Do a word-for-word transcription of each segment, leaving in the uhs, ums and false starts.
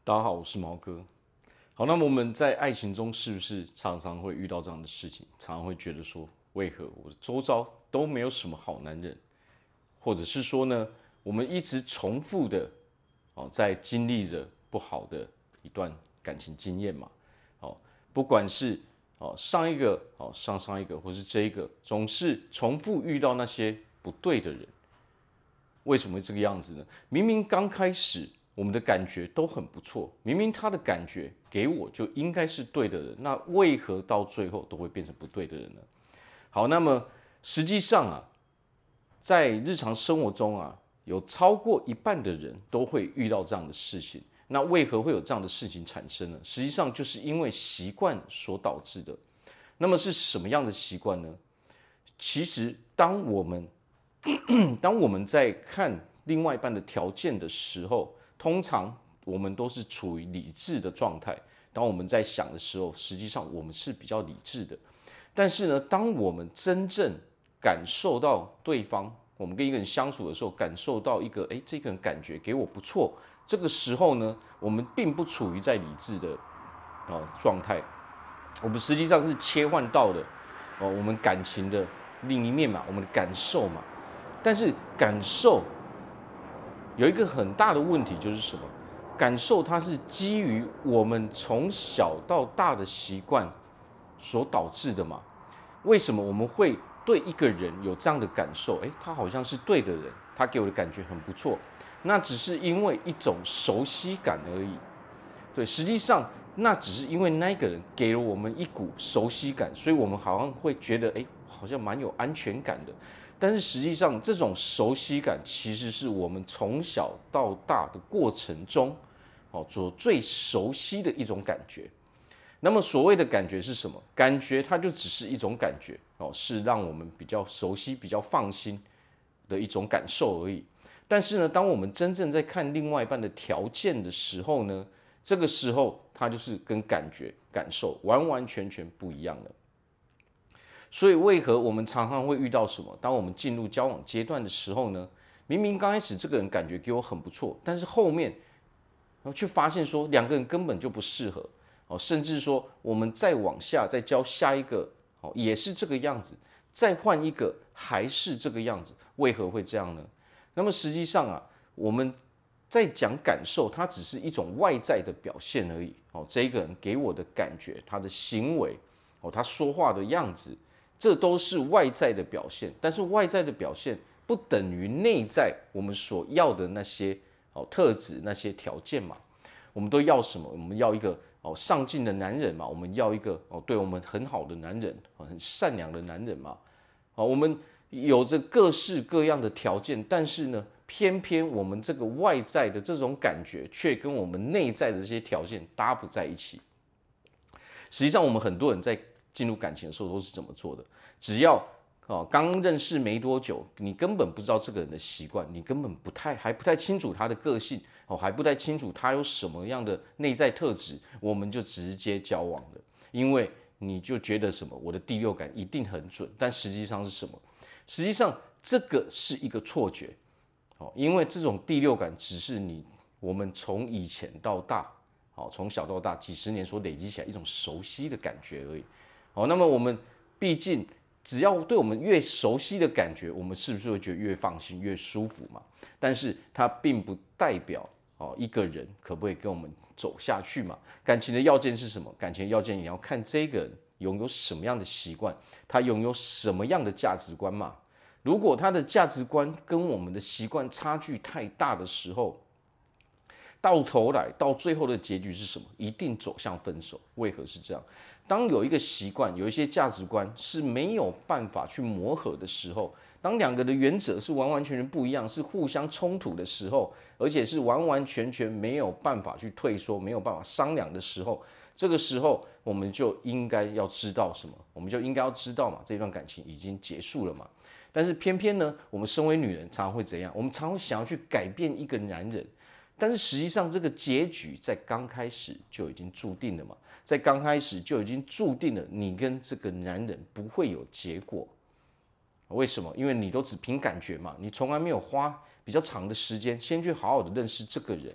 大家好，我是毛哥。好，那么我们在爱情中是不是常常会遇到这样的事情？常常会觉得说，为何我的周遭都没有什么好男人？或者是说呢，我们一直重复的哦，在经历着不好的一段感情经验嘛？哦，不管是哦上一个哦上上一个，或是这一个，总是重复遇到那些不对的人。为什么会这个样子呢？明明刚开始我们的感觉都很不错，明明他的感觉给我就应该是对的人，那为何到最后都会变成不对的人呢？好，那么实际上啊，在日常生活中啊，有超过一半的人都会遇到这样的事情。那为何会有这样的事情产生呢？实际上就是因为习惯所导致的。那么是什么样的习惯呢？其实当我们当我们在看另外一半的条件的时候，通常我们都是处于理智的状态。当我们在想的时候，实际上我们是比较理智的。但是呢，当我们真正感受到对方，我们跟一个人相处的时候，感受到一个，哎，这个人感觉给我不错，这个时候呢，我们并不处于在理智的哦状态，我们实际上是切换到了哦我们感情的另一面嘛，我们的感受嘛。但是感受有一个很大的问题，就是什么？感受它是基于我们从小到大的习惯所导致的嘛？为什么我们会对一个人有这样的感受？诶，他好像是对的人，他给我的感觉很不错。那只是因为一种熟悉感而已。对，实际上那只是因为那个人给了我们一股熟悉感，所以我们好像会觉得，哎，好像蛮有安全感的。但是实际上，这种熟悉感其实是我们从小到大的过程中，哦，所最熟悉的一种感觉。那么所谓的感觉是什么？感觉它就只是一种感觉，哦，是让我们比较熟悉、比较放心的一种感受而已。但是呢，当我们真正在看另外一半的条件的时候呢，这个时候它就是跟感觉、感受完完全全不一样了。所以，为何我们常常会遇到什么？当我们进入交往阶段的时候呢？明明刚开始这个人感觉给我很不错，但是后面，然后却发现说两个人根本就不适合哦，甚至说我们再往下再交下一个哦，也是这个样子，再换一个还是这个样子，为何会这样呢？那么实际上啊，我们在讲感受，它只是一种外在的表现而已哦。这个人给我的感觉，他的行为哦，他说话的样子。这都是外在的表现，但是外在的表现不等于内在我们所要的那些哦特质、那些条件嘛。我们都要什么？我们要一个哦上进的男人嘛，我们要一个哦对我们很好的男人，很善良的男人嘛。哦，我们有着各式各样的条件，但是呢，偏偏我们这个外在的这种感觉，却跟我们内在的这些条件搭不在一起。实际上，我们很多人在进入感情的时候都是怎么做的？只要哦刚认识没多久，你根本不知道这个人的习惯，你根本不太还不太清楚他的个性哦，还不太清楚他有什么样的内在特质，我们就直接交往了，因为你就觉得什么，我的第六感一定很准，但实际上是什么？实际上这个是一个错觉哦，因为这种第六感只是你我们从以前到大。好，从小到大几十年所累积起来一种熟悉的感觉而已。好，那么我们毕竟只要对我们越熟悉的感觉，我们是不是会觉得越放心、越舒服嘛？但是它并不代表哦一个人可不可以跟我们走下去嘛？感情的要件是什么？感情的要件你要看这个人拥有什么样的习惯，他拥有什么样的价值观嘛？如果他的价值观跟我们的习惯差距太大的时候，到头来，到最后的结局是什么？一定走向分手。为何是这样？当有一个习惯、有一些价值观是没有办法去磨合的时候，当两个的原则是完完全全不一样，是互相冲突的时候，而且是完完全全没有办法去退缩、没有办法商量的时候，这个时候我们就应该要知道什么？我们就应该要知道嘛，这段感情已经结束了嘛。但是偏偏呢，我们身为女人，常常会怎样？我们常常会想要去改变一个男人。但是实际上，这个结局在刚开始就已经注定了嘛，在刚开始就已经注定了，你跟这个男人不会有结果。为什么？因为你都只凭感觉嘛，你从来没有花比较长的时间先去好好的认识这个人，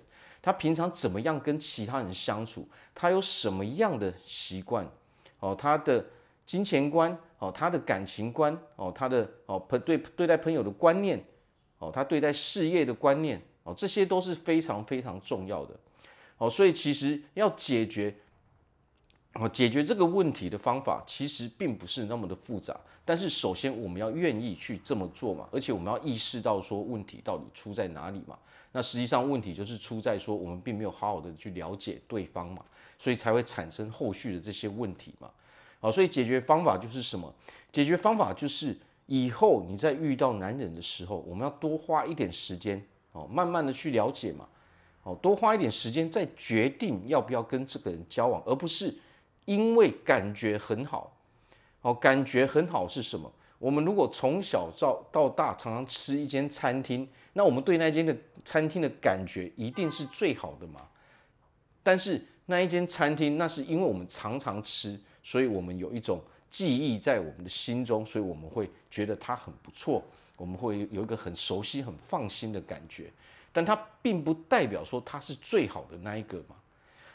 他平常怎么样跟其他人相处，他有什么样的习惯，哦，他的金钱观，哦，他的感情观，哦，他的哦朋对对待朋友的观念，哦，他对待事业的观念，哦，这些都是非常非常重要的。哦，所以其实要解决，哦，解决这个问题的方法其实并不是那么的复杂，但是首先我们要愿意去这么做嘛，而且我们要意识到说问题到底出在哪里嘛。那实际上问题就是出在说我们并没有好好的去了解对方嘛，所以才会产生后续的这些问题嘛。好，所以解决方法就是什么？解决方法就是以后你在遇到男人的时候，我们要多花一点时间，哦，慢慢的去了解嘛。哦，多花一点时间再决定要不要跟这个人交往，而不是因为感觉很好。哦，感觉很好是什么？我们如果从小到到大常常吃一间餐厅，那我们对那间的餐厅的感觉一定是最好的嘛。但是那一间餐厅，那是因为我们常常吃，所以我们有一种记忆在我们的心中，所以我们会觉得它很不错，我们会有一个很熟悉、很放心的感觉。但它并不代表说它是最好的那一个嘛。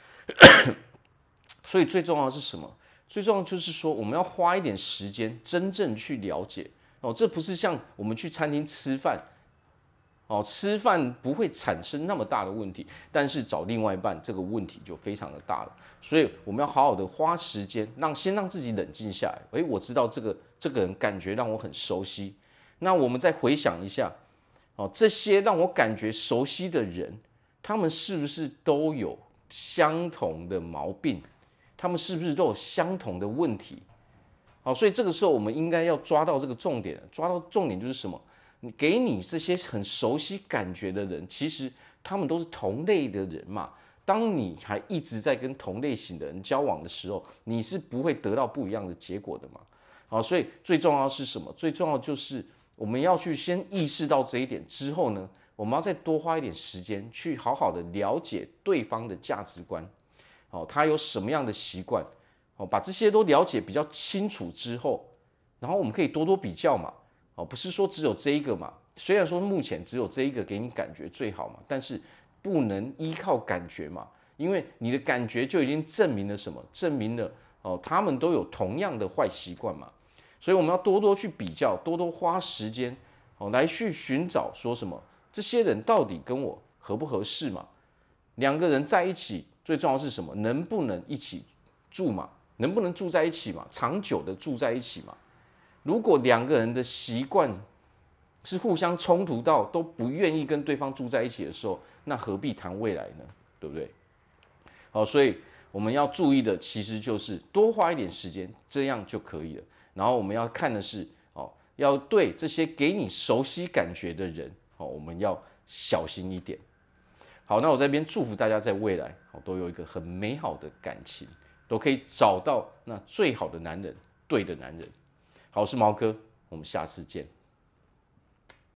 所以最重要的是什么？最重要就是说，我们要花一点时间，真正去了解哦。这不是像我们去餐厅吃饭哦，吃饭不会产生那么大的问题，但是找另外一半这个问题就非常的大了。所以我们要好好的花时间，让先让自己冷静下来。诶，我知道这个这个人感觉让我很熟悉，那我们再回想一下哦，这些让我感觉熟悉的人，他们是不是都有相同的毛病？他们是不是都有相同的问题？好，所以这个时候我们应该要抓到这个重点，抓到重点就是什么？你给你这些很熟悉感觉的人，其实他们都是同类的人嘛。当你还一直在跟同类型的人交往的时候，你是不会得到不一样的结果的嘛。好，所以最重要是什么？最重要就是我们要去先意识到这一点之后呢，我们要再多花一点时间去好好的了解对方的价值观。哦，他有什么样的习惯？哦，把这些都了解比较清楚之后，然后我们可以多多比较嘛。哦，不是说只有这一个嘛。虽然说目前只有这一个给你感觉最好嘛，但是不能依靠感觉嘛，因为你的感觉就已经证明了什么？证明了哦，他们都有同样的坏习惯嘛。所以我们要多多去比较，多多花时间哦来去寻找说什么这些人到底跟我合不合适嘛？两个人在一起最重要是什么？能不能一起住嘛？能不能住在一起嘛？长久的住在一起嘛？如果两个人的习惯是互相冲突到都不愿意跟对方住在一起的时候，那何必谈未来呢？对不对？好，所以我们要注意的其实就是多花一点时间，这样就可以了。然后我们要看的是，哦，要对这些给你熟悉感觉的人，哦，我们要小心一点。好，那我在这边祝福大家在未来，哦，都有一个很美好的感情，都可以找到那最好的男人，对的男人。好，我是毛哥，我们下次见。